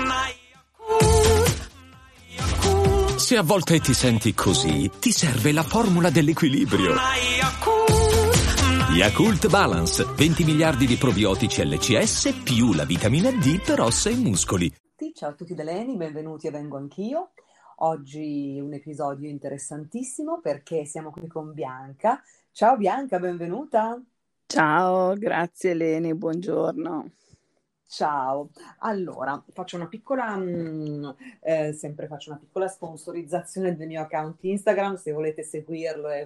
Se a volte ti senti così, ti serve la formula dell'equilibrio. Yakult Balance, 20 miliardi di probiotici LCS più la vitamina D per ossa e muscoli. Ciao a tutti da Leni, benvenuti a Vengo Anch'io. Oggi un episodio interessantissimo perché siamo qui con Bianca. Ciao Bianca, benvenuta. Ciao, grazie Leni, buongiorno. Ciao, allora faccio una piccola sponsorizzazione del mio account Instagram. Se volete seguirlo è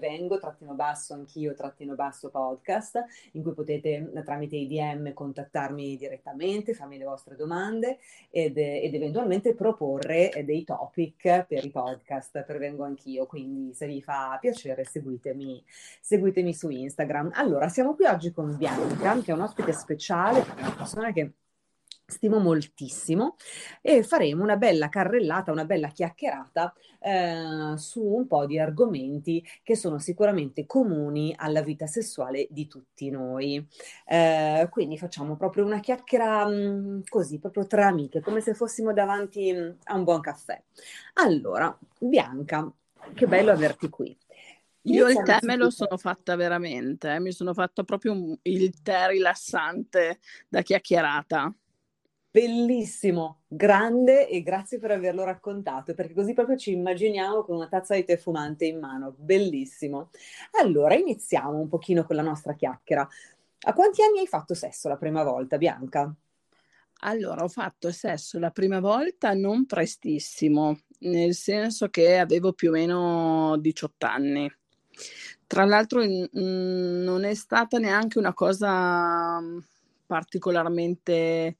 vengo_anch'io_podcast, in cui potete tramite i DM contattarmi direttamente, farmi le vostre domande ed eventualmente proporre dei topic per i podcast, per Vengo Anch'io. Quindi se vi fa piacere seguitemi su Instagram. Allora, siamo qui oggi con Bianca, che è un ospite speciale, una persona che stimo moltissimo, e faremo una bella carrellata, una bella chiacchierata su un po' di argomenti che sono sicuramente comuni alla vita sessuale di tutti noi. Quindi facciamo proprio una chiacchiera così, proprio tra amiche, come se fossimo davanti a un buon caffè. Allora, Bianca, che bello averti qui. Io il tè me lo sono fatta veramente, mi sono fatta proprio il tè rilassante da chiacchierata. Bellissimo, grande, e grazie per averlo raccontato, perché così proprio ci immaginiamo con una tazza di tè fumante in mano. Bellissimo. Allora, iniziamo un pochino con la nostra chiacchiera. A quanti anni hai fatto sesso la prima volta, Bianca? Allora, ho fatto sesso la prima volta non prestissimo, nel senso che avevo più o meno 18 anni. Tra l'altro non è stata neanche una cosa particolarmente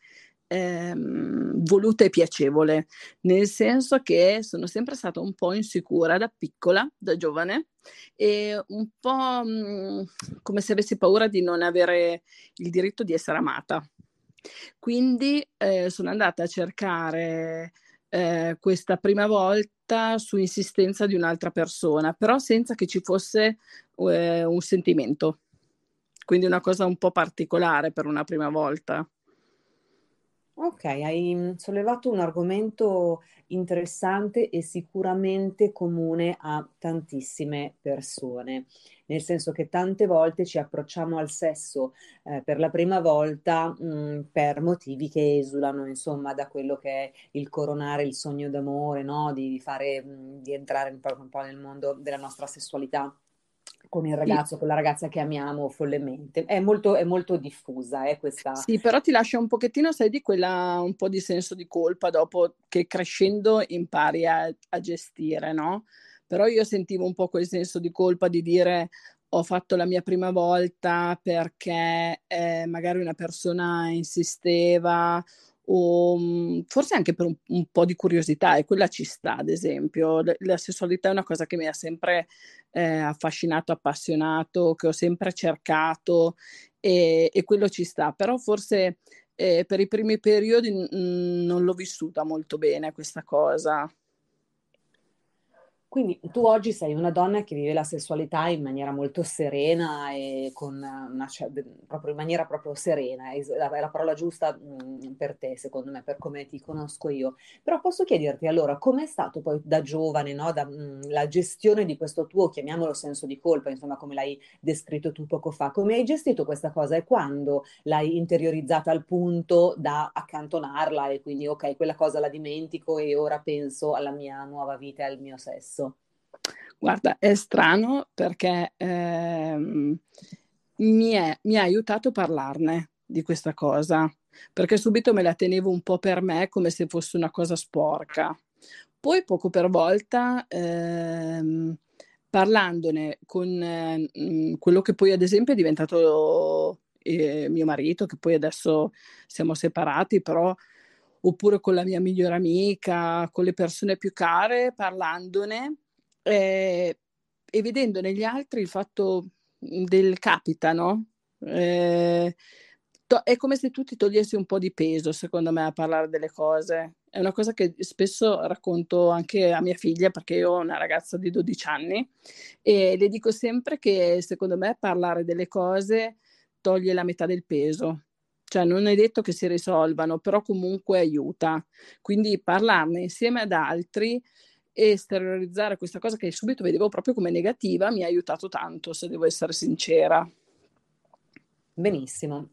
voluta e piacevole, nel senso che sono sempre stata un po' insicura da piccola, da giovane, e un po' come se avessi paura di non avere il diritto di essere amata. Quindi sono andata a cercare questa prima volta su insistenza di un'altra persona, però senza che ci fosse un sentimento. Quindi una cosa un po' particolare per una prima volta. Ok, hai sollevato un argomento interessante e sicuramente comune a tantissime persone, nel senso che tante volte ci approcciamo al sesso per la prima volta per motivi che esulano, insomma, da quello che è il coronare il sogno d'amore, no? Di entrare un po' nel mondo della nostra sessualità con il ragazzo, con la ragazza che amiamo follemente. È molto diffusa, questa. Sì, però ti lascia un pochettino, sai, di quella un po' di senso di colpa dopo che crescendo impari a gestire, no? Però io sentivo un po' quel senso di colpa di dire ho fatto la mia prima volta perché magari una persona insisteva o forse anche per un po' di curiosità, e quella ci sta, ad esempio. La sessualità è una cosa che mi ha sempre affascinato, appassionato, che ho sempre cercato, e quello ci sta, però forse per i primi periodi non l'ho vissuta molto bene questa cosa. Quindi tu oggi sei una donna che vive la sessualità in maniera molto serena e proprio in maniera proprio serena, è la parola giusta per te, secondo me, per come ti conosco io. Però posso chiederti allora, com'è stato poi da giovane, no, la gestione di questo tuo, chiamiamolo senso di colpa, insomma, come l'hai descritto tu poco fa, come hai gestito questa cosa e quando l'hai interiorizzata al punto da accantonarla e quindi ok, quella cosa la dimentico e ora penso alla mia nuova vita e al mio sesso? Guarda, è strano perché mi ha aiutato a parlarne di questa cosa, perché subito me la tenevo un po' per me come se fosse una cosa sporca. Poi poco per volta, parlandone con quello che poi ad esempio è diventato mio marito, che poi adesso siamo separati, però oppure con la mia migliore amica, con le persone più care, parlandone e vedendo negli altri il fatto del capita, no? È come se tu ti togliessi un po' di peso, secondo me, a parlare delle cose. È una cosa che spesso racconto anche a mia figlia, perché io ho una ragazza di 12 anni e le dico sempre che secondo me parlare delle cose toglie la metà del peso. cioè non è detto che si risolvano, però comunque aiuta. Quindi parlarne insieme ad altri e esteriorizzare questa cosa che subito vedevo proprio come negativa mi ha aiutato tanto, se devo essere sincera. Benissimo,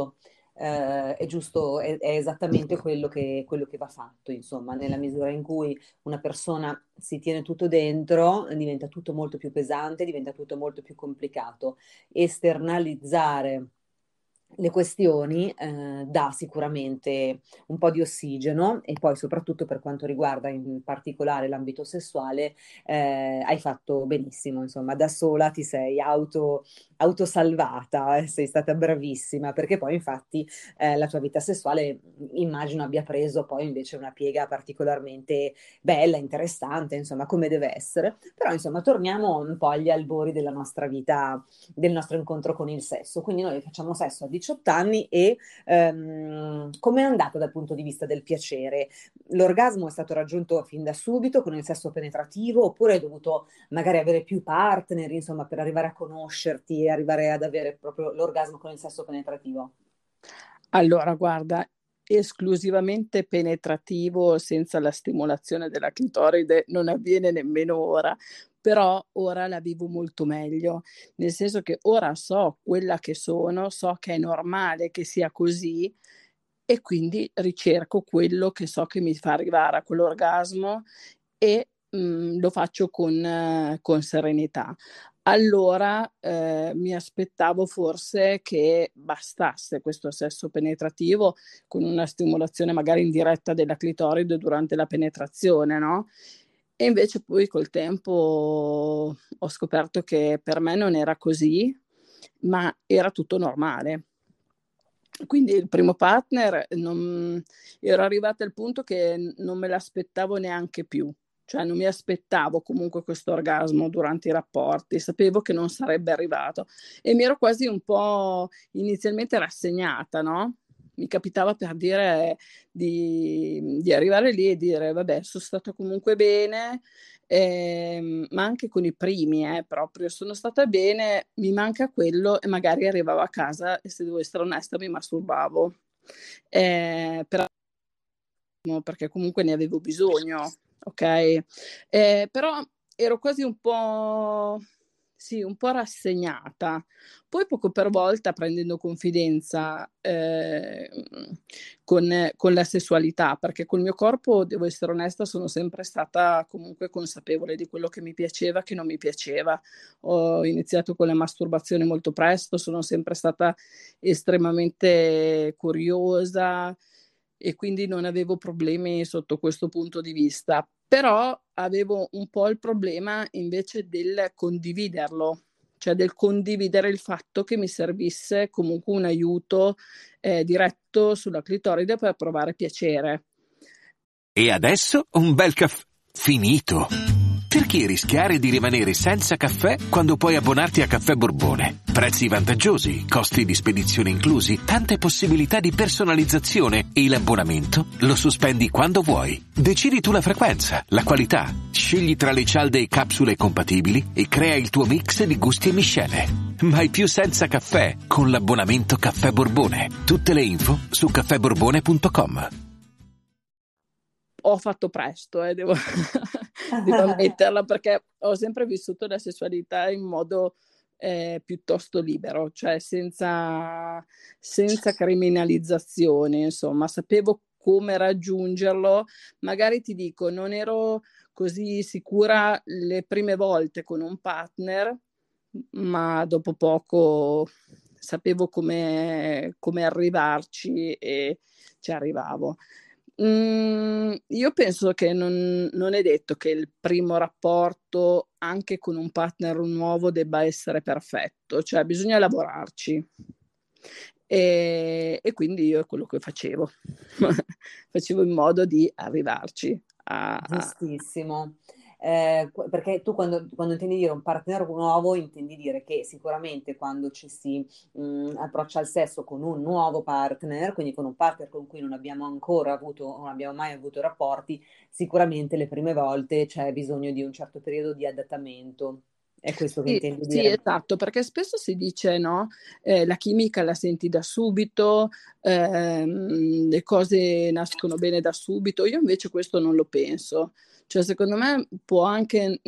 è giusto, è esattamente quello che va fatto, insomma, nella misura in cui una persona si tiene tutto dentro, diventa tutto molto più pesante, diventa tutto molto più complicato. Esternalizzare le questioni dà sicuramente un po' di ossigeno e poi soprattutto per quanto riguarda in particolare l'ambito sessuale, hai fatto benissimo, insomma, da sola ti sei autosalvata, sei stata bravissima, perché poi infatti la tua vita sessuale immagino abbia preso poi invece una piega particolarmente bella, interessante, insomma, come deve essere. Però insomma, torniamo un po' agli albori della nostra vita, del nostro incontro con il sesso. Quindi noi facciamo sesso a 18 anni e come è andato dal punto di vista del piacere? L'orgasmo è stato raggiunto fin da subito con il sesso penetrativo oppure hai dovuto magari avere più partner, insomma, per arrivare a conoscerti e arrivare ad avere proprio l'orgasmo con il sesso penetrativo? Allora, guarda, esclusivamente penetrativo senza la stimolazione della clitoride non avviene nemmeno ora, però ora la vivo molto meglio, nel senso che ora so quella che sono, so che è normale che sia così e quindi ricerco quello che so che mi fa arrivare a quell'orgasmo e lo faccio con serenità. Allora mi aspettavo forse che bastasse questo sesso penetrativo con una stimolazione magari indiretta della clitoride durante la penetrazione, no? E invece poi col tempo ho scoperto che per me non era così, ma era tutto normale. Quindi il primo partner ero arrivata al punto che non me l'aspettavo neanche più, cioè non mi aspettavo comunque questo orgasmo durante i rapporti, sapevo che non sarebbe arrivato e mi ero quasi un po' inizialmente rassegnata, no? Mi capitava per dire di arrivare lì e dire vabbè, sono stata comunque bene, ma anche con i primi, proprio sono stata bene, mi manca quello e magari arrivavo a casa e se devo essere onesta mi masturbavo. Però perché comunque ne avevo bisogno, ok? Però ero quasi un po', sì, un po' rassegnata. Poi poco per volta prendendo confidenza con la sessualità, perché col mio corpo, devo essere onesta, sono sempre stata comunque consapevole di quello che mi piaceva e che non mi piaceva. Ho iniziato con la masturbazione molto presto, sono sempre stata estremamente curiosa e quindi non avevo problemi sotto questo punto di vista, però avevo un po' il problema invece del condividerlo, cioè del condividere il fatto che mi servisse comunque un aiuto diretto sulla clitoride per provare piacere. E adesso un bel caffè finito. Perché rischiare di rimanere senza caffè quando puoi abbonarti a Caffè Borbone? Prezzi vantaggiosi, costi di spedizione inclusi, tante possibilità di personalizzazione e l'abbonamento lo sospendi quando vuoi. Decidi tu la frequenza, la qualità, scegli tra le cialde e capsule compatibili e crea il tuo mix di gusti e miscele. Mai più senza caffè con l'abbonamento Caffè Borbone. Tutte le info su caffèborbone.com. Ho fatto presto, devo ammetterla, perché ho sempre vissuto la sessualità in modo piuttosto libero, cioè senza criminalizzazione, insomma, sapevo come raggiungerlo. Magari ti dico, non ero così sicura le prime volte con un partner, ma dopo poco sapevo come arrivarci e ci arrivavo. Io penso che non è detto che il primo rapporto anche con un partner nuovo debba essere perfetto, cioè bisogna lavorarci. E quindi io è quello che facevo, facevo in modo di arrivarci Giustissimo. Perché tu quando intendi dire un partner nuovo, intendi dire che sicuramente quando ci si approccia al sesso con un nuovo partner, quindi con un partner con cui non abbiamo ancora avuto, non abbiamo mai avuto rapporti, sicuramente le prime volte c'è bisogno di un certo periodo di adattamento. È questo che Sì, intendi sì, dire? esatto, perché spesso si dice, no, la chimica la senti da subito, le cose nascono bene da subito. Io invece questo non lo penso. Cioè, secondo me può anche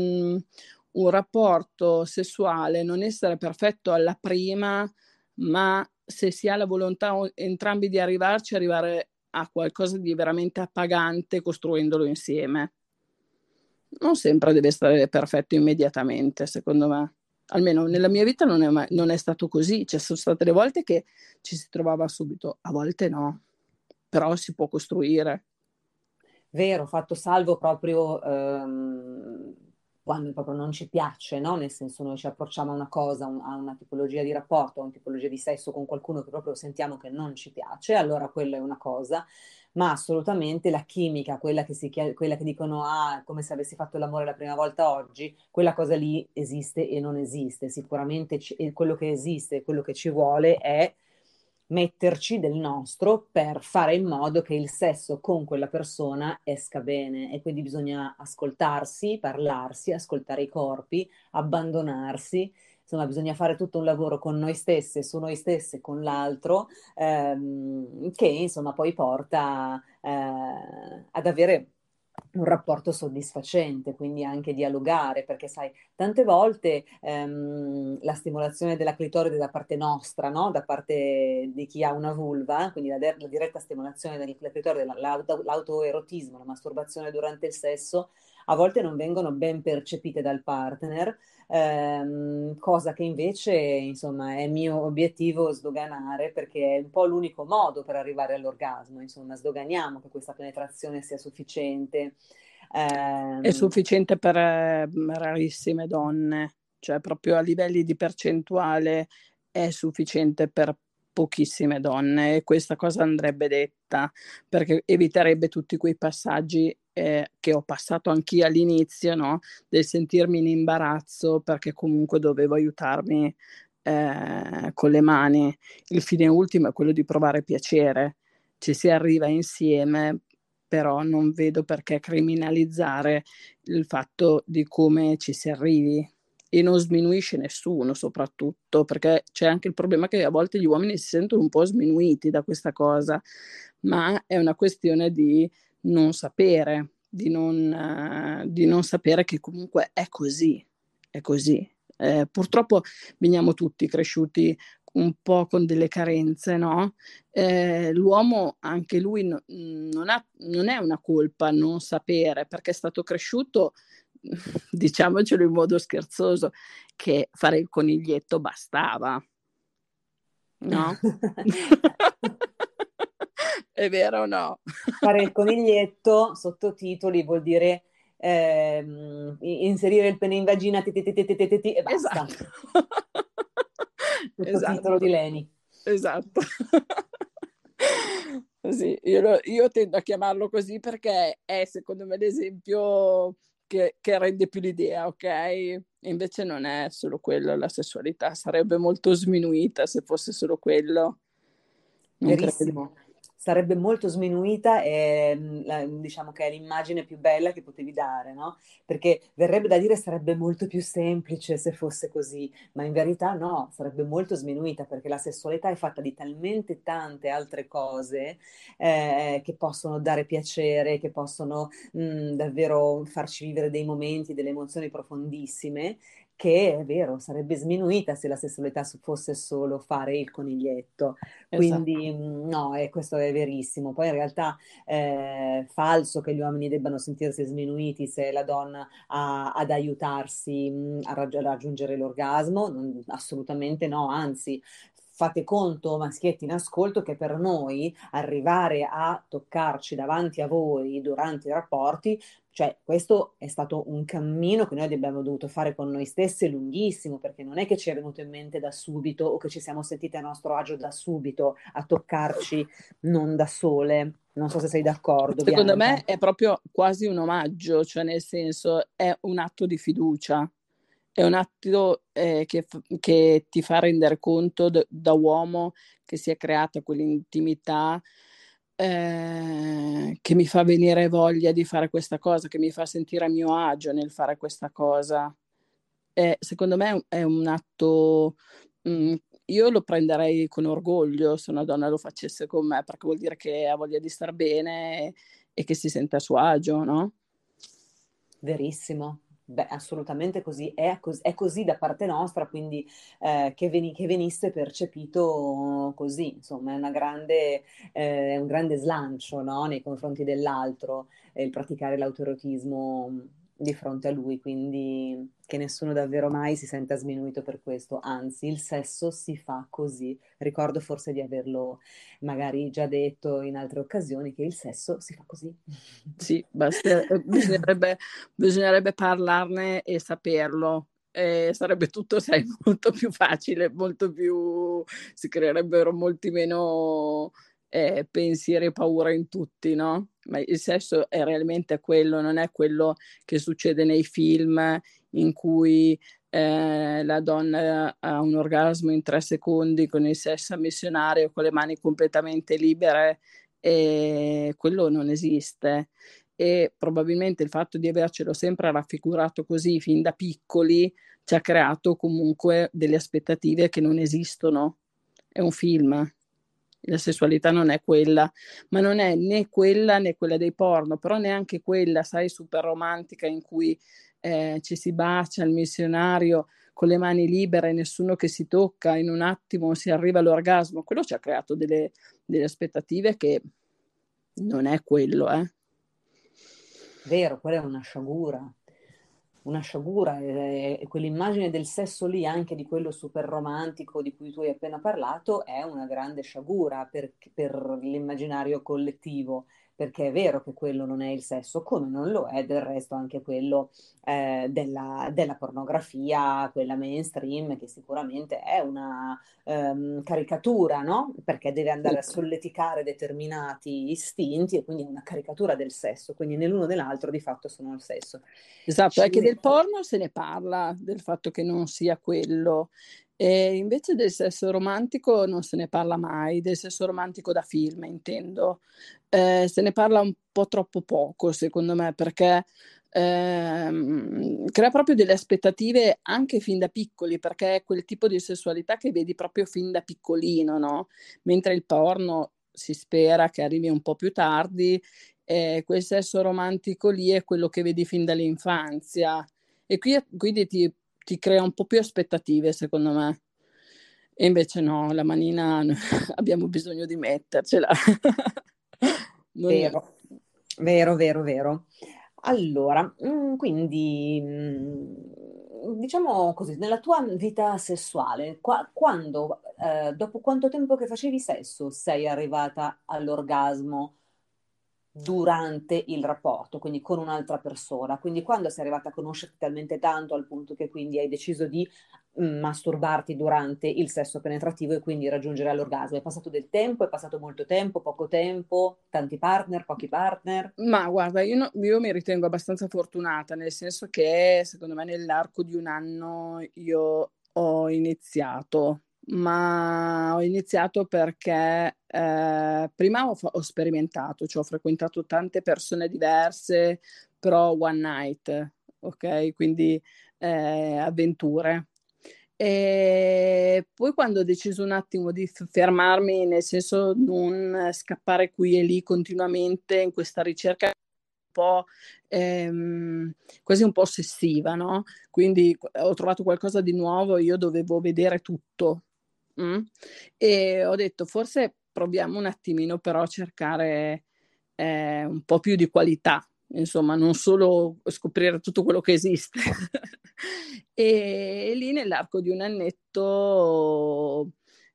un rapporto sessuale non essere perfetto alla prima, ma se si ha la volontà entrambi di arrivare a qualcosa di veramente appagante costruendolo insieme. Non sempre deve essere perfetto immediatamente, secondo me. Almeno nella mia vita non è stato così. Ci sono state le volte che ci si trovava subito, a volte no, però si può costruire. Vero, fatto salvo proprio quando proprio non ci piace, no? Nel senso noi ci approcciamo a una cosa, a una tipologia di rapporto, a una tipologia di sesso con qualcuno che proprio sentiamo che non ci piace, allora quella è una cosa, ma assolutamente la chimica, quella che dicono, ah, come se avessi fatto l'amore la prima volta oggi, quella cosa lì esiste e non esiste. Sicuramente e quello che esiste, quello che ci vuole è metterci del nostro per fare in modo che il sesso con quella persona esca bene e quindi bisogna ascoltarsi, parlarsi, ascoltare i corpi, abbandonarsi. Insomma, bisogna fare tutto un lavoro con noi stesse, su noi stesse, con l'altro, che insomma poi porta ad avere un rapporto soddisfacente, quindi anche dialogare, perché sai, tante volte la stimolazione della clitoride da parte nostra, no? Da parte di chi ha una vulva, quindi la diretta stimolazione della clitoride, l'autoerotismo, la masturbazione durante il sesso, a volte non vengono ben percepite dal partner, cosa che invece, insomma, è mio obiettivo sdoganare perché è un po' l'unico modo per arrivare all'orgasmo, insomma, sdoganiamo che questa penetrazione sia sufficiente. È Ehm, sufficiente per rarissime donne, cioè proprio a livelli di percentuale è sufficiente per pochissime donne e questa cosa andrebbe detta perché eviterebbe tutti quei passaggi che ho passato anch'io all'inizio, no? Del sentirmi in imbarazzo perché comunque dovevo aiutarmi con le mani. Il fine ultimo è quello di provare piacere, ci si arriva insieme, però non vedo perché criminalizzare il fatto di come ci si arrivi e non sminuisce nessuno, soprattutto perché c'è anche il problema che a volte gli uomini si sentono un po' sminuiti da questa cosa, ma è una questione di non sapere, di non sapere che comunque è così, è così. Purtroppo veniamo tutti cresciuti un po' con delle carenze, no? L'uomo, anche lui, non è una colpa non sapere, perché è stato cresciuto, diciamocelo in modo scherzoso, che fare il coniglietto bastava, no? È vero o no? Fare il coniglietto, sottotitoli, vuol dire inserire il pene in vagina e basta. Esatto. Sottotitolo di Esatto. Leni. Esatto. Sì, io tendo a chiamarlo così perché è secondo me l'esempio che rende più l'idea, ok? Invece non è solo quello, la sessualità sarebbe molto sminuita se fosse solo quello, non credo. Verissimo, sarebbe molto sminuita e diciamo che è l'immagine più bella che potevi dare, no? Perché verrebbe da dire sarebbe molto più semplice se fosse così, ma in verità no, sarebbe molto sminuita perché la sessualità è fatta di talmente tante altre cose che possono dare piacere, che possono davvero farci vivere dei momenti, delle emozioni profondissime che è vero, sarebbe sminuita se la sessualità fosse solo fare il coniglietto. Esatto. Quindi no, e questo è verissimo. Poi in realtà è falso che gli uomini debbano sentirsi sminuiti se la donna ha ad aiutarsi a raggiungere l'orgasmo. Assolutamente no, anzi. Fate conto, maschietti in ascolto, che per noi arrivare a toccarci davanti a voi durante i rapporti, cioè questo è stato un cammino che noi abbiamo dovuto fare con noi stessi lunghissimo, perché non è che ci è venuto in mente da subito o che ci siamo sentite a nostro agio da subito a toccarci non da sole. Non so se sei d'accordo, Secondo Bianca. me è proprio quasi un omaggio, cioè nel senso è un atto di fiducia, è un atto che ti fa rendere conto da uomo che si è creata quell'intimità che mi fa venire voglia di fare questa cosa, che mi fa sentire a mio agio nel fare questa cosa. secondo me è un atto, io lo prenderei con orgoglio se una donna lo facesse con me, perché vuol dire che ha voglia di star bene e che si sente a suo agio, no? Verissimo. Beh, assolutamente così, è così da parte nostra, quindi che venisse percepito così, insomma, è un grande slancio, no, nei confronti dell'altro, il praticare l'autoerotismo di fronte a lui, quindi che nessuno davvero mai si senta sminuito per questo, anzi, il sesso si fa così. Ricordo forse di averlo magari già detto in altre occasioni che il sesso si fa così. Sì, bisognerebbe parlarne e saperlo. Sarebbe tutto, sai, molto più facile, si creerebbero molti meno pensieri e paura in tutti, no? Ma il sesso è realmente quello, non è quello che succede nei film in cui la donna ha un orgasmo in 3 secondi con il sesso missionario, con le mani completamente libere, e quello non esiste. E probabilmente il fatto di avercelo sempre raffigurato così fin da piccoli ci ha creato comunque delle aspettative che non esistono. È un film, la sessualità non è quella, ma non è né quella né quella dei porno, però neanche quella, sai, super romantica in cui ci si bacia il missionario con le mani libere, nessuno che si tocca, in un attimo si arriva all'orgasmo. Quello ci ha creato delle aspettative che non è quello, eh. Vero, quella è una sciagura e quell'immagine del sesso lì, anche di quello super romantico di cui tu hai appena parlato, è una grande sciagura per l'immaginario collettivo, perché è vero che quello non è il sesso, come non lo è del resto anche quello della pornografia, quella mainstream, che sicuramente è una caricatura, no? Perché deve andare a solleticare determinati istinti e quindi è una caricatura del sesso, quindi né l'uno né l'altro di fatto sono il sesso. Esatto, è che del porno se ne parla, del fatto che non sia quello. E invece del sesso romantico non se ne parla mai, del sesso romantico da film, intendo. Se ne parla un po' troppo poco, secondo me, perché crea proprio delle aspettative anche fin da piccoli, perché è quel tipo di sessualità che vedi proprio fin da piccolino, no? Mentre il porno si spera che arrivi un po' più tardi, quel sesso romantico lì è quello che vedi fin dall'infanzia e quindi ti crea un po' più aspettative, secondo me. E invece no, la manina abbiamo bisogno di mettercela. Non- Vero, vero, vero, vero. Allora, quindi, diciamo così, nella tua vita sessuale, dopo quanto tempo che facevi sesso, sei arrivata all'orgasmo durante il rapporto, quindi con un'altra persona? Quindi quando sei arrivata a conoscerti talmente tanto al punto che quindi hai deciso di masturbarti durante il sesso penetrativo e quindi raggiungere l'orgasmo? È passato del tempo? È passato molto tempo? Poco tempo? Tanti partner? Pochi partner? Ma guarda, io mi ritengo abbastanza fortunata, nel senso che secondo me nell'arco di un anno io ho iniziato, ma ho iniziato perché prima ho sperimentato, cioè ho frequentato tante persone diverse, però one night, ok? Quindi avventure. E poi quando ho deciso un attimo di fermarmi, nel senso non scappare qui e lì continuamente in questa ricerca un po' quasi un po' ossessiva, no? Quindi ho trovato qualcosa di nuovo, io dovevo vedere tutto. Mm? E ho detto forse proviamo un attimino però a cercare un po' più di qualità, insomma, non solo scoprire tutto quello che esiste. E lì nell'arco di un annetto,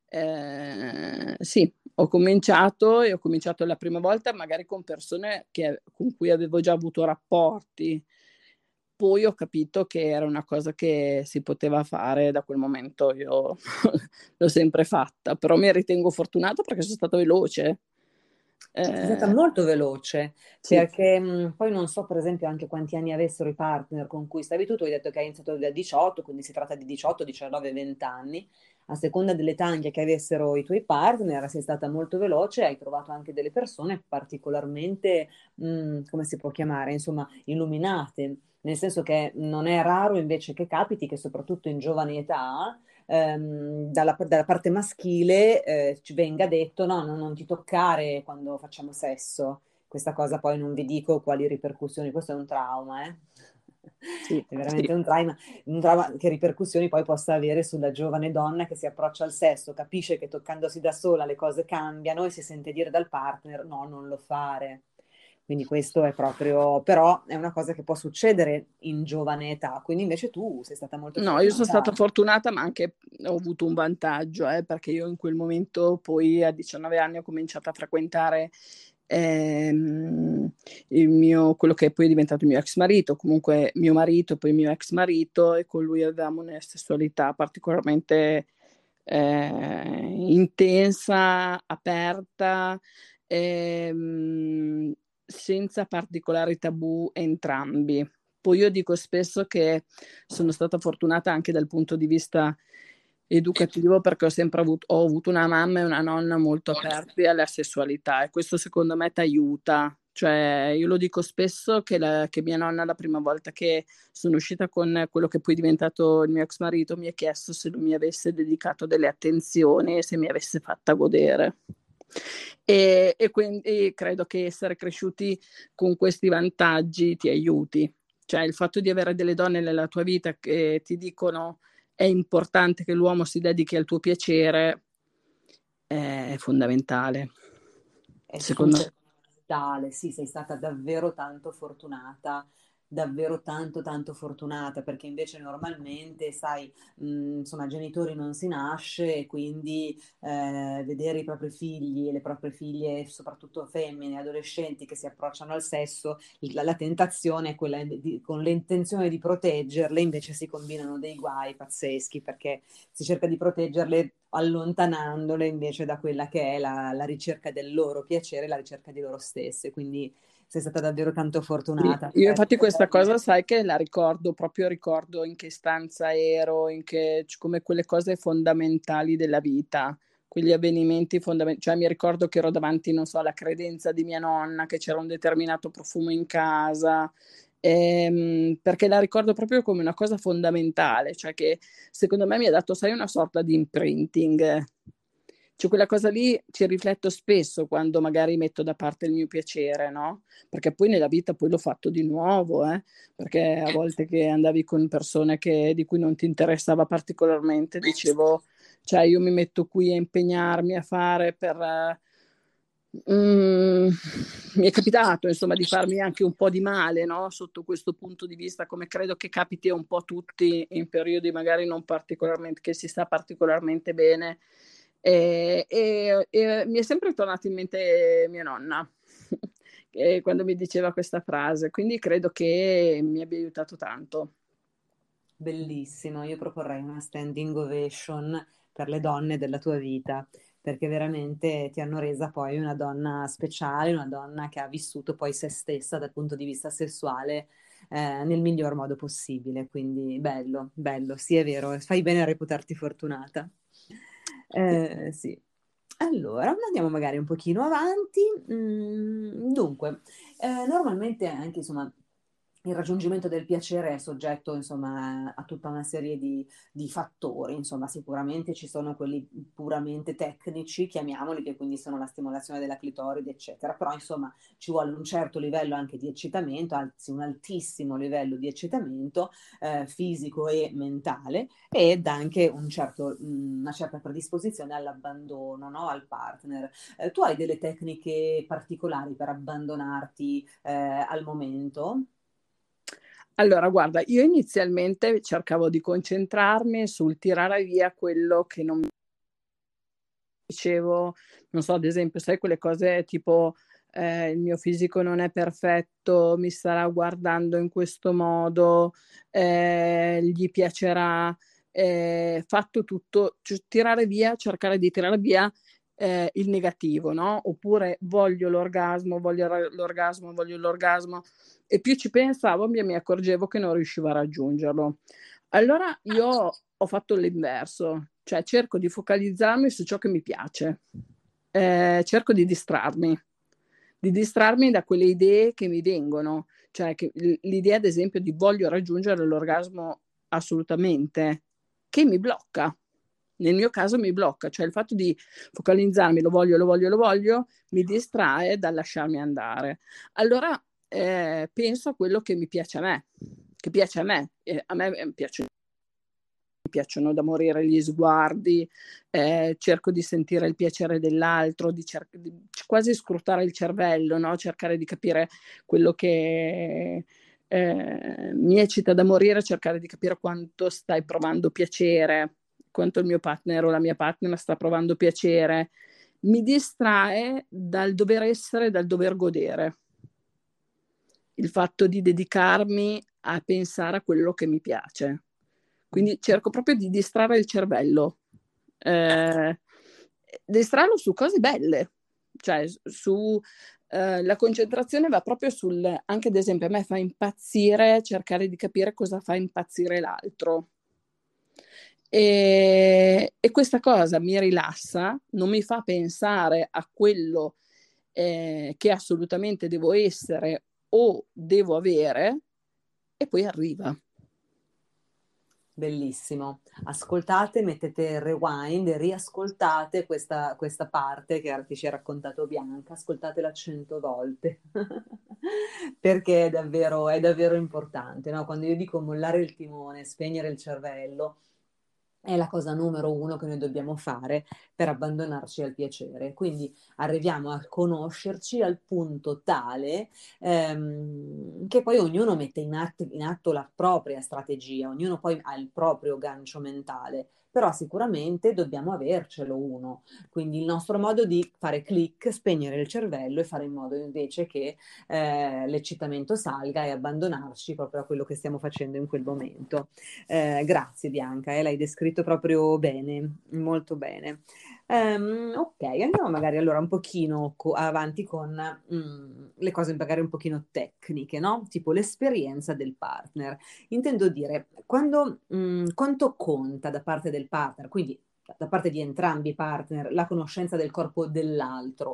sì, ho cominciato la prima volta magari con persone con cui avevo già avuto rapporti. Poi ho capito che era una cosa che si poteva fare, da quel momento io l'ho sempre fatta, però mi ritengo fortunata perché sono stata veloce. Sì, sei stata Eh, molto veloce, sì. perché poi non so per esempio anche quanti anni avessero i partner con cui stavi tu hai detto che hai iniziato da 18, quindi si tratta di 18, 19, 20 anni, a seconda dell'età anche che avessero i tuoi partner, sei stata molto veloce, hai trovato anche delle persone particolarmente, come si può chiamare, insomma, illuminate nel senso che non è raro invece che capiti che soprattutto in giovane età dalla parte maschile ci venga detto no, non ti toccare quando facciamo sesso. Questa cosa poi non vi dico quali ripercussioni, questo è un trauma, eh? Sì, È sì. veramente un trauma che ripercussioni poi possa avere sulla giovane donna che si approccia al sesso, capisce che toccandosi da sola le cose cambiano e si sente dire dal partner no, non lo fare. Quindi questo è proprio, però è una cosa che può succedere in giovane età, quindi invece tu sei stata molto No, io sono stata fortunata. fortunata, ma anche ho avuto un vantaggio, perché io in quel momento, poi a 19 anni, ho cominciato a frequentare quello che poi è diventato il mio ex marito, comunque mio marito, poi mio ex marito, e con lui avevamo una sessualità particolarmente intensa, aperta, ehm, senza particolari tabù entrambi. Poi io dico spesso che sono stata fortunata anche dal punto di vista educativo, perché ho avuto una mamma e una nonna molto aperte alla sessualità, e questo secondo me ti aiuta. Cioè, io lo dico spesso che mia nonna, la prima volta che sono uscita con quello che poi è diventato il mio ex marito, mi ha chiesto se lui mi avesse dedicato delle attenzioni e se mi avesse fatta godere. E quindi credo che essere cresciuti con questi vantaggi ti aiuti. Cioè, il fatto di avere delle donne nella tua vita che ti dicono è importante che l'uomo si dedichi al tuo piacere è fondamentale, È secondo super me. fondamentale, sì, sei stata davvero tanto fortunata, davvero tanto tanto fortunata, perché invece normalmente, sai, insomma, genitori non si nasce e quindi vedere i propri figli e le proprie figlie, soprattutto femmine, adolescenti che si approcciano al sesso, la tentazione è quella con l'intenzione di proteggerle, invece si combinano dei guai pazzeschi perché si cerca di proteggerle allontanandole invece da quella che è la ricerca del loro piacere, la ricerca di loro stesse. Quindi sei stata davvero tanto Sì, fortunata. io infatti questa cosa, sai che la ricordo, proprio ricordo in che stanza ero, come quelle cose fondamentali della vita, quegli avvenimenti fondamentali, cioè mi ricordo che ero davanti, non so, alla credenza di mia nonna, che c'era un determinato profumo in casa, perché la ricordo proprio come una cosa fondamentale, cioè che secondo me mi ha dato, sai, una sorta di imprinting. Cioè quella cosa lì ci rifletto spesso quando magari metto da parte il mio piacere, no? Perché poi nella vita poi l'ho fatto di nuovo, perché a volte che andavi con persone di cui non ti interessava particolarmente, dicevo, cioè io mi metto qui a impegnarmi a fare mi è capitato insomma di farmi anche un po' di male, no? Sotto questo punto di vista, come credo che capiti a un po' tutti in periodi magari non particolarmente, che si sta particolarmente bene. E mi è sempre tornata in mente mia nonna quando mi diceva questa frase, quindi credo che mi abbia aiutato tanto. Bellissimo, io proporrei una standing ovation per le donne della tua vita, perché veramente ti hanno resa poi una donna speciale, una donna che ha vissuto poi se stessa dal punto di vista sessuale nel miglior modo possibile. Quindi bello, bello, sì è vero, fai bene a reputarti fortunata. Sì. Allora, andiamo magari un pochino avanti. Dunque, normalmente anche insomma il raggiungimento del piacere è soggetto, insomma, a tutta una serie di fattori. Insomma, sicuramente ci sono quelli puramente tecnici, chiamiamoli, che quindi sono la stimolazione della clitoride, eccetera. Però, insomma, ci vuole un certo livello anche di eccitamento, anzi un altissimo livello di eccitamento fisico e mentale, ed anche una certa predisposizione all'abbandono, no? Al partner. Tu hai delle tecniche particolari per abbandonarti al momento? Allora, guarda, io inizialmente cercavo di concentrarmi sul tirare via quello che non dicevo, non so, ad esempio, sai quelle cose tipo il mio fisico non è perfetto, mi starà guardando in questo modo, gli piacerà, fatto tutto, cioè, cercare di tirare via il negativo, no? Oppure voglio l'orgasmo, voglio l'orgasmo, e più ci pensavo, mi accorgevo che non riuscivo a raggiungerlo. Allora io ho fatto l'inverso, cioè cerco di focalizzarmi su ciò che mi piace, cerco di distrarmi, di distrarmi da quelle idee che mi vengono, cioè l'idea ad esempio di voglio raggiungere l'orgasmo assolutamente, che mi blocca. Nel mio caso mi blocca, cioè il fatto di focalizzarmi, lo voglio, mi distrae dal lasciarmi andare. Allora penso a quello che mi piace a me, che piace a me. A me piacciono da morire gli sguardi, cerco di sentire il piacere dell'altro, di quasi scrutare il cervello, no? Cercare di capire quello che mi eccita da morire, cercare di capire quanto stai provando piacere, quanto il mio partner o la mia partner sta provando piacere. Mi distrae dal dover essere, dal dover godere. Il fatto di dedicarmi a pensare a quello che mi piace. Quindi cerco proprio di distrarre il cervello, distrarlo su cose belle, cioè la concentrazione va proprio anche ad esempio a me fa impazzire cercare di capire cosa fa impazzire l'altro. E questa cosa mi rilassa, non mi fa pensare a quello che assolutamente devo essere o devo avere, e poi arriva. Bellissimo. Ascoltate, mettete rewind e riascoltate questa parte che ci ha raccontato Bianca, ascoltatela 100 volte, perché è davvero importante, no? Quando io dico mollare il timone, spegnere il cervello, è la cosa numero uno che noi dobbiamo fare per abbandonarci al piacere. Quindi arriviamo a conoscerci al punto tale che poi ognuno mette in atto la propria strategia, ognuno poi ha il proprio gancio mentale, però sicuramente dobbiamo avercelo uno. Quindi il nostro modo di fare click, spegnere il cervello e fare in modo invece che l'eccitamento salga e abbandonarci proprio a quello che stiamo facendo in quel momento. Grazie Bianca, l'hai descritto proprio bene, molto bene. Ok, andiamo magari allora un pochino avanti con le cose magari un pochino tecniche, no? Tipo l'esperienza del partner. Intendo dire, quanto conta da parte del partner, quindi da parte di entrambi i partner, la conoscenza del corpo dell'altro,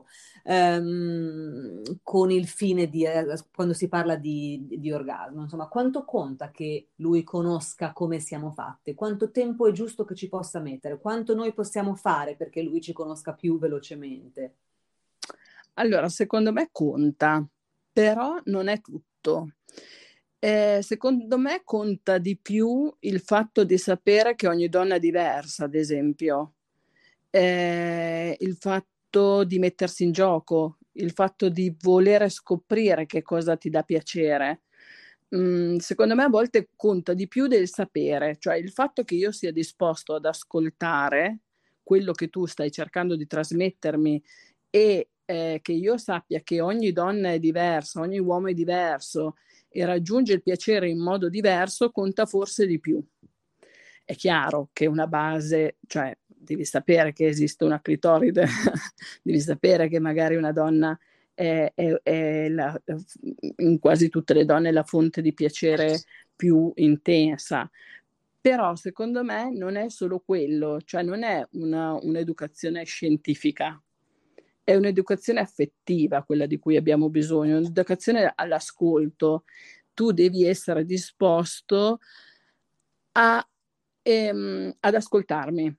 con il fine di, quando si parla di orgasmo, insomma, quanto conta che lui conosca come siamo fatte, quanto tempo è giusto che ci possa mettere, quanto noi possiamo fare perché lui ci conosca più velocemente. Allora, secondo me conta, però non è tutto. Secondo me conta di più il fatto di sapere che ogni donna è diversa, ad esempio, il fatto di mettersi in gioco, il fatto di volere scoprire che cosa ti dà piacere. Secondo me a volte conta di più del sapere, cioè il fatto che io sia disposto ad ascoltare quello che tu stai cercando di trasmettermi e che io sappia che ogni donna è diversa, ogni uomo è diverso e raggiunge il piacere in modo diverso, conta forse di più. È chiaro che una base, cioè devi sapere che esiste una clitoride, devi sapere che magari una donna è in quasi tutte le donne la fonte di piacere più intensa. Però secondo me non è solo quello, cioè non è un'educazione scientifica, è un'educazione affettiva quella di cui abbiamo bisogno, un'educazione all'ascolto. Tu devi essere disposto ad ascoltarmi,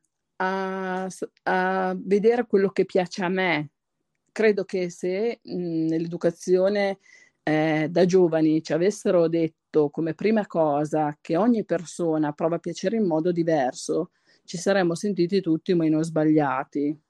a vedere quello che piace a me. Credo che se nell'educazione da giovani ci avessero detto come prima cosa che ogni persona prova piacere in modo diverso, ci saremmo sentiti tutti meno sbagliati.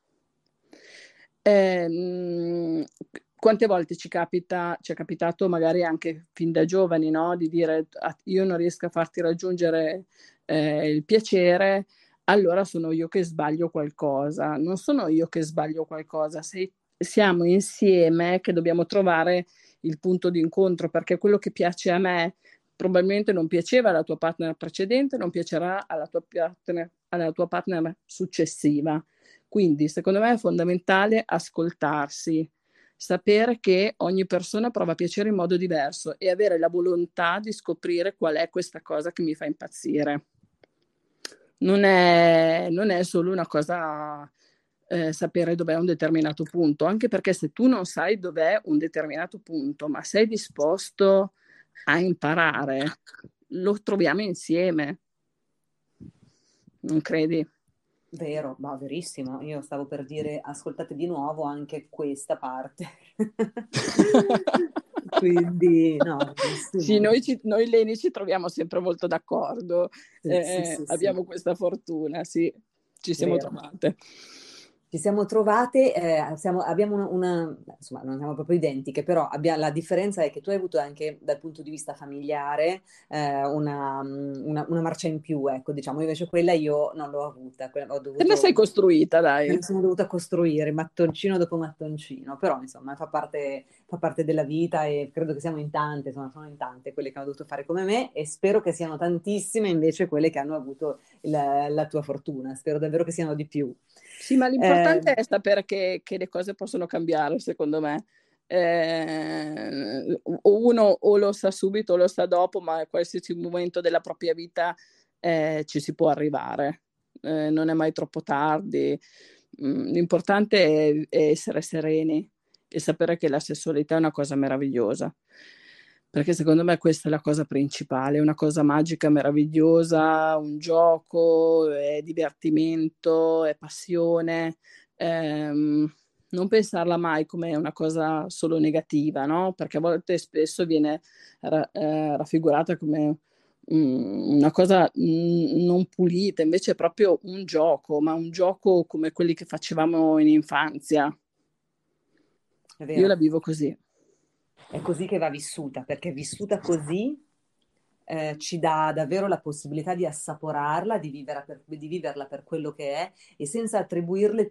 Quante volte ci è capitato magari anche fin da giovani, no? Di dire io non riesco a farti raggiungere il piacere, allora sono io che sbaglio qualcosa. Non sono io che sbaglio qualcosa, siamo insieme che dobbiamo trovare il punto di incontro, perché quello che piace a me probabilmente non piaceva alla tua partner precedente, non piacerà alla tua partner successiva. Quindi secondo me è fondamentale ascoltarsi, sapere che ogni persona prova piacere in modo diverso e avere la volontà di scoprire qual è questa cosa che mi fa impazzire. Non è solo una cosa sapere dov'è un determinato punto, anche perché se tu non sai dov'è un determinato punto, ma sei disposto a imparare, lo troviamo insieme, non credi? Vero, ma verissimo. Io stavo per dire, ascoltate di nuovo anche questa parte. Quindi, no, Sì, verissimo. noi Leni ci troviamo sempre molto d'accordo, Sì, sì, sì, sì, abbiamo questa fortuna, sì, ci siamo vero. trovate. Ci siamo trovate, abbiamo insomma, non siamo proprio identiche, però la differenza è che tu hai avuto anche dal punto di vista familiare una marcia in più, ecco, diciamo, invece quella io non l'ho avuta, ho Te la sei dovuto, costruita, me dai. la sono dovuta costruire mattoncino dopo mattoncino, però insomma fa parte della vita e credo che siamo in tante, insomma, sono in tante quelle che hanno dovuto fare come me e spero che siano tantissime invece quelle che hanno avuto la tua fortuna, spero davvero che siano di più. Sì, ma Eh, l'importante è sapere che le cose possono cambiare, secondo me. O uno o lo sa subito o lo sa dopo, ma a qualsiasi momento della propria vita ci si può arrivare. Non è mai troppo tardi. L'importante è essere sereni e sapere che la sessualità è una cosa meravigliosa. Perché secondo me questa è la cosa principale, è una cosa magica, meravigliosa, un gioco, è divertimento, è passione. Non pensarla mai come una cosa solo negativa, no? Perché a volte spesso viene raffigurata come una cosa non pulita, invece è proprio un gioco, ma un gioco come quelli che facevamo in infanzia. è Io la vero. vivo così. È così che va vissuta, perché vissuta così ci dà davvero la possibilità di assaporarla, di viverla per quello che è e senza attribuirle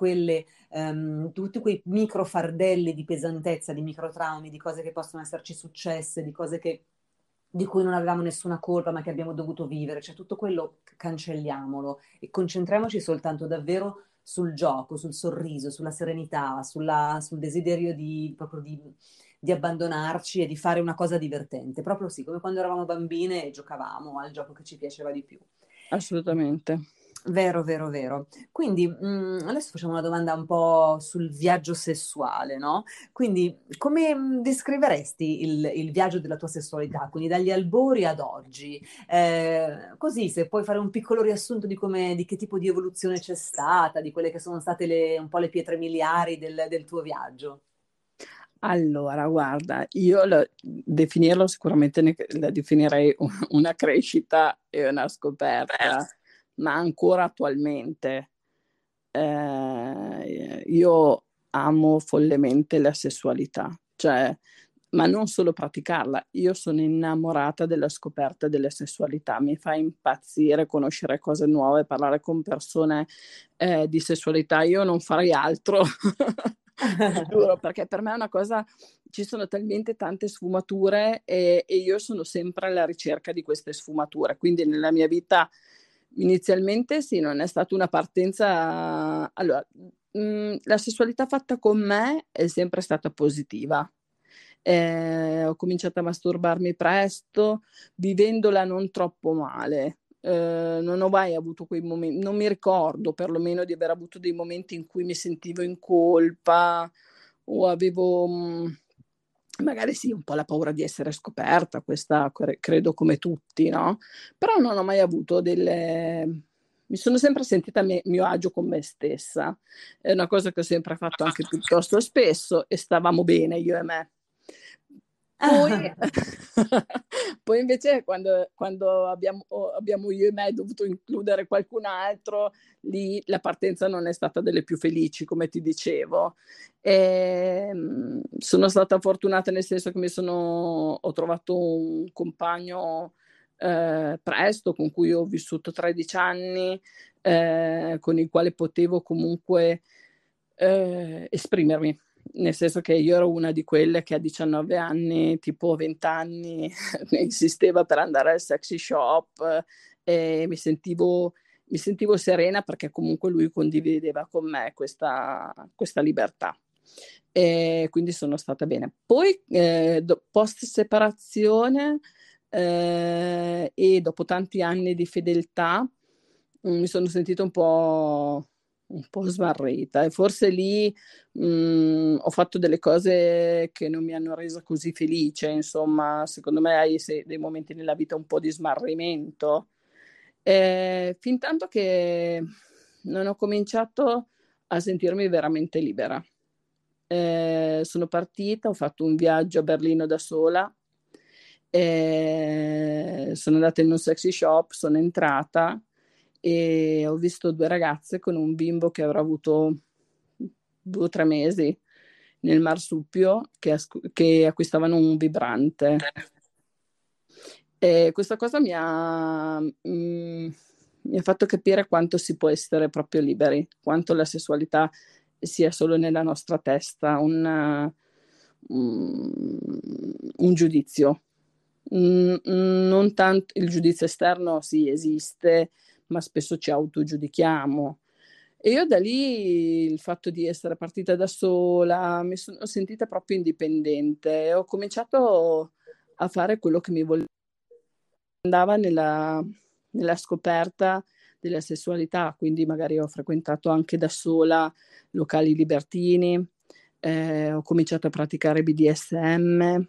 tutti quei micro fardelli di pesantezza, di microtraumi, di cose che possono esserci successe, di cui non avevamo nessuna colpa ma che abbiamo dovuto vivere, cioè tutto quello cancelliamolo e concentriamoci soltanto davvero sul gioco, sul sorriso, sulla serenità, sul desiderio proprio di abbandonarci e di fare una cosa divertente, proprio sì, come quando eravamo bambine e giocavamo al gioco che ci piaceva di più. Assolutamente. Vero, vero, vero. Quindi adesso facciamo una domanda un po' sul viaggio sessuale, no? Quindi come descriveresti il viaggio della tua sessualità? Quindi dagli albori ad oggi. Così, se puoi fare un piccolo riassunto di che tipo di evoluzione c'è stata, di quelle che sono state un po' le pietre miliari del tuo viaggio. Allora, guarda, definirlo sicuramente la definirei una crescita e una scoperta, ma ancora attualmente io amo follemente la sessualità, cioè, ma non solo praticarla, io sono innamorata della scoperta della sessualità, mi fa impazzire conoscere cose nuove, parlare con persone di sessualità, io non farei altro. Ti giuro, perché per me è una cosa, ci sono talmente tante sfumature e io sono sempre alla ricerca di queste sfumature, quindi nella mia vita inizialmente sì, non è stata una partenza, allora, la sessualità fatta con me è sempre stata positiva. Ho cominciato a masturbarmi presto, vivendola non troppo male. Non ho mai avuto quei momenti, non mi ricordo perlomeno di aver avuto dei momenti in cui mi sentivo in colpa o avevo magari sì, un po' la paura di essere scoperta, questa credo come tutti, no? Però non ho mai avuto mi sono sempre sentita a mio agio con me stessa. È una cosa che ho sempre fatto anche piuttosto spesso e stavamo bene io e me. Poi, poi invece quando abbiamo io e me dovuto includere qualcun altro, lì la partenza non è stata delle più felici, come ti dicevo. Sono stata fortunata nel senso che ho trovato un compagno presto, con cui ho vissuto 13 anni, con il quale potevo comunque esprimermi, nel senso che io ero una di quelle che a 19 anni, tipo 20 anni, insisteva per andare al sexy shop e mi sentivo serena perché comunque lui condivideva con me questa libertà. E quindi sono stata bene. Poi, post separazione e dopo tanti anni di fedeltà, mi sono sentita un po' un po' smarrita, e forse lì ho fatto delle cose che non mi hanno resa così felice, insomma, secondo me hai dei momenti nella vita un po' di smarrimento, fin tanto che non ho cominciato a sentirmi veramente libera. Sono partita, ho fatto un viaggio a Berlino da sola, sono andata in un sexy shop, sono entrata e ho visto 2 ragazze con un bimbo che avrà avuto 2 o 3 mesi nel marsupio che acquistavano un vibrante. E questa cosa mi ha fatto capire quanto si può essere proprio liberi, quanto la sessualità sia solo nella nostra testa, un giudizio. Non tanto il giudizio esterno, sì, esiste, ma spesso ci autogiudichiamo. E io da lì, il fatto di essere partita da sola, mi sono sentita proprio indipendente e ho cominciato a fare quello che mi andava nella scoperta della sessualità, quindi magari ho frequentato anche da sola locali libertini, ho cominciato a praticare BDSM,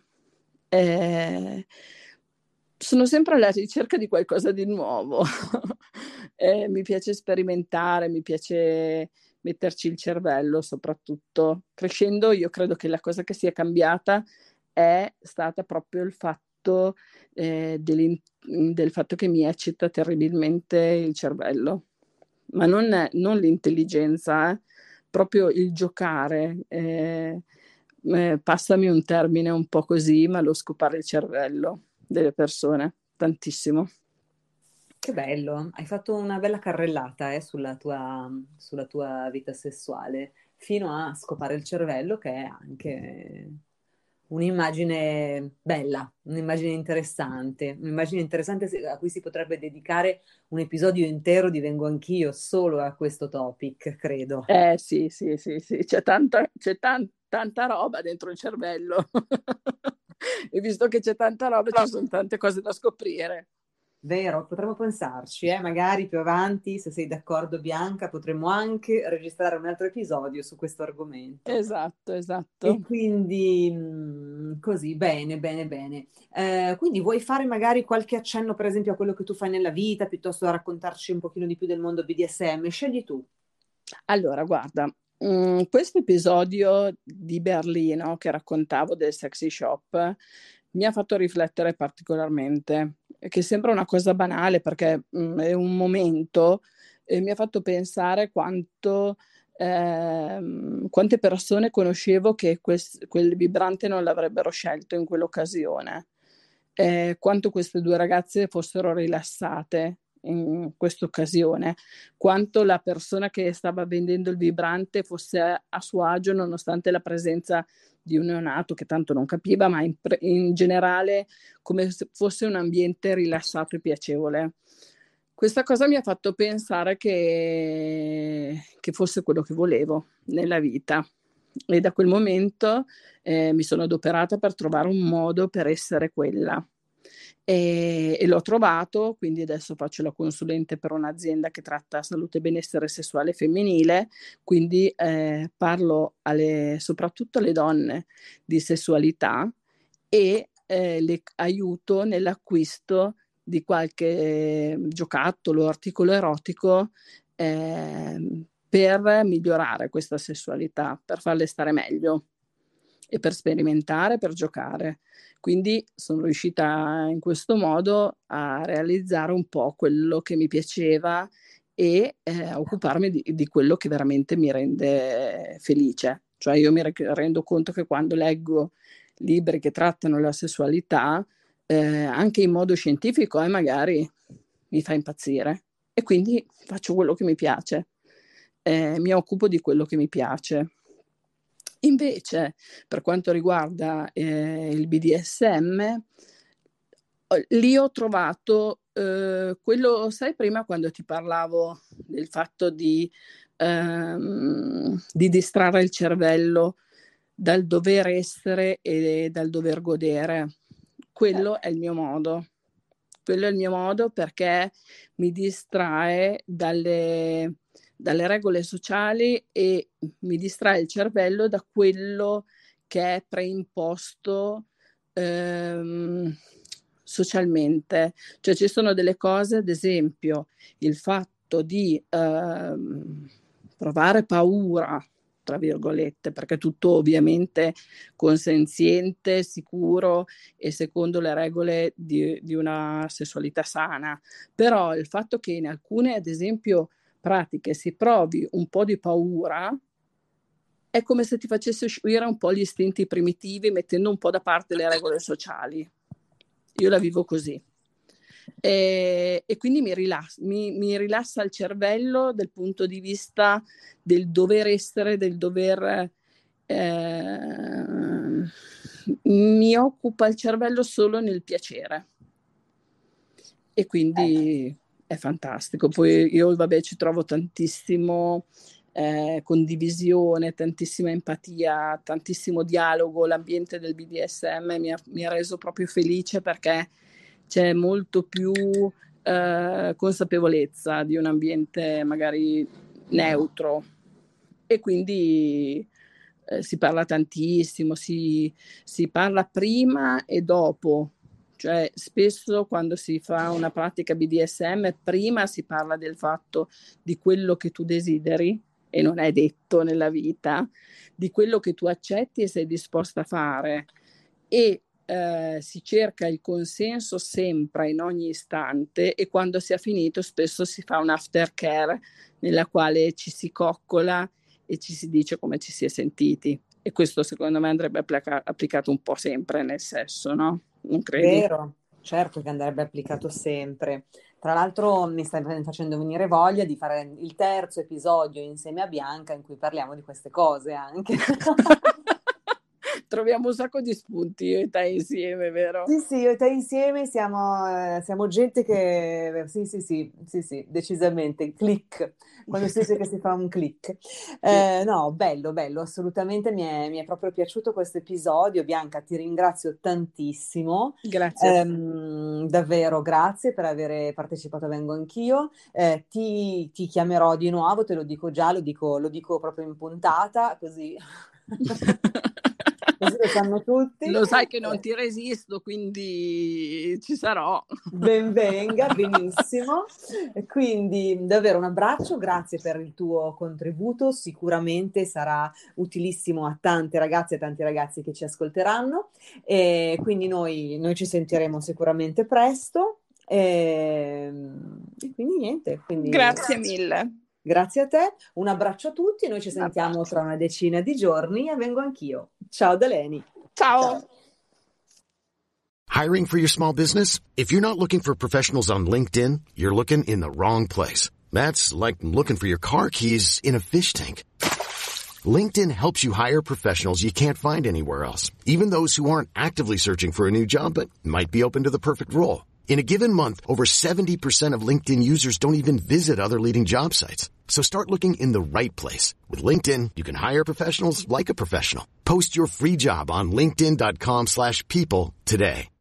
sono sempre alla ricerca di qualcosa di nuovo. Mi piace sperimentare, mi piace metterci il cervello soprattutto. Crescendo io credo che la cosa che sia cambiata è stata proprio il fatto del fatto che mi eccita terribilmente il cervello, ma non l'intelligenza, proprio il giocare. Passami un termine un po' così, ma lo scopare il cervello delle persone, tantissimo. Che bello, hai fatto una bella carrellata sulla tua vita sessuale, fino a scopare il cervello, che è anche un'immagine bella, un'immagine interessante a cui si potrebbe dedicare un episodio intero di Vengo Anch'io solo a questo topic, credo. Sì, sì, sì, sì, tanta roba dentro il cervello. E visto che c'è tanta roba, ci sono tante cose da scoprire. Vero, potremmo pensarci, magari più avanti, se sei d'accordo Bianca, potremmo anche registrare un altro episodio su questo argomento. Esatto, E esatto. quindi così, bene, bene, bene. Quindi vuoi fare magari qualche accenno, per esempio, a quello che tu fai nella vita, piuttosto da raccontarci un pochino di più del mondo BDSM? Scegli tu. Allora, guarda, questo episodio di Berlino che raccontavo del sexy shop mi ha fatto riflettere particolarmente, che sembra una cosa banale perché è un momento e mi ha fatto pensare quante persone conoscevo che quel vibrante non l'avrebbero scelto in quell'occasione, quanto queste 2 ragazze fossero rilassate in questa occasione, quanto la persona che stava vendendo il vibrante fosse a suo agio nonostante la presenza di un neonato che tanto non capiva, ma in generale come se fosse un ambiente rilassato e piacevole. Questa cosa mi ha fatto pensare che fosse quello che volevo nella vita, e da quel momento mi sono adoperata per trovare un modo per essere quella. E l'ho trovato, quindi adesso faccio la consulente per un'azienda che tratta salute e benessere sessuale femminile, quindi parlo soprattutto alle donne di sessualità e le aiuto nell'acquisto di qualche giocattolo o articolo erotico per migliorare questa sessualità, per farle stare meglio e per sperimentare, per giocare. Quindi sono riuscita in questo modo a realizzare un po' quello che mi piaceva e occuparmi di quello che veramente mi rende felice. Cioè io mi rendo conto che quando leggo libri che trattano la sessualità, anche in modo scientifico, magari mi fa impazzire. E quindi faccio quello che mi piace, mi occupo di quello che mi piace. Invece, per quanto riguarda il BDSM, lì ho trovato quello, sai, prima quando ti parlavo del fatto di distrarre il cervello dal dover essere e dal dover godere. Quello è il mio modo. Quello è il mio modo perché mi distrae dalle regole sociali e mi distrae il cervello da quello che è preimposto socialmente. Cioè ci sono delle cose, ad esempio il fatto di provare paura, tra virgolette, perché tutto ovviamente consenziente, sicuro e secondo le regole di una sessualità sana, però il fatto che in alcune, ad esempio, pratiche si provi un po' di paura è come se ti facesse uscire un po' gli istinti primitivi mettendo un po' da parte le regole sociali. Io la vivo così. E quindi mi rilassa il cervello dal punto di vista del dover essere, del dover mi occupa il cervello solo nel piacere e quindi è fantastico. Poi io ci trovo tantissimo condivisione, tantissima empatia, tantissimo dialogo. L'ambiente del BDSM mi ha reso proprio felice perché c'è molto più consapevolezza di un ambiente magari neutro e quindi si parla tantissimo, si parla prima e dopo, cioè spesso quando si fa una pratica BDSM prima si parla del fatto di quello che tu desideri e non è detto nella vita, di quello che tu accetti e sei disposta a fare e si cerca il consenso sempre in ogni istante e quando si è finito spesso si fa un aftercare nella quale ci si coccola e ci si dice come ci si è sentiti e questo secondo me andrebbe applicato un po' sempre nel sesso, no? Non credi? Vero, certo che andrebbe applicato sempre. Tra l'altro mi stai facendo venire voglia di fare il terzo episodio insieme a Bianca in cui parliamo di queste cose anche. Troviamo un sacco di spunti io e te insieme, vero? Sì, io e te insieme siamo gente che... Sì, decisamente. Click. Quando si dice che si fa un click. No, bello, assolutamente mi è proprio piaciuto questo episodio. Bianca, ti ringrazio tantissimo. Grazie. Davvero, grazie per aver partecipato a Vengo Anch'io. Ti chiamerò di nuovo, te lo dico già, lo dico proprio in puntata, così... Così lo sanno tutti. Lo sai che non ti resisto, quindi ci sarò. Ben venga, benissimo. E quindi davvero un abbraccio, grazie per il tuo contributo, sicuramente sarà utilissimo a tante ragazze e tanti ragazzi che ci ascolteranno e quindi noi ci sentiremo sicuramente presto e quindi niente. Quindi, grazie mille. Grazie a te, un abbraccio a tutti, noi ci sentiamo tra una decina di giorni e Vengo Anch'io. Ciao da Leni. Ciao. Hiring for your small business? If you're not looking for professionals on LinkedIn, you're looking in the wrong place. That's like looking for your car keys in a fish tank. LinkedIn helps you hire professionals you can't find anywhere else, even those who aren't actively searching for a new job but might be open to the perfect role. In a given month, over 70% of LinkedIn users don't even visit other leading job sites. So start looking in the right place. With LinkedIn, you can hire professionals like a professional. Post your free job on linkedin.com/people today.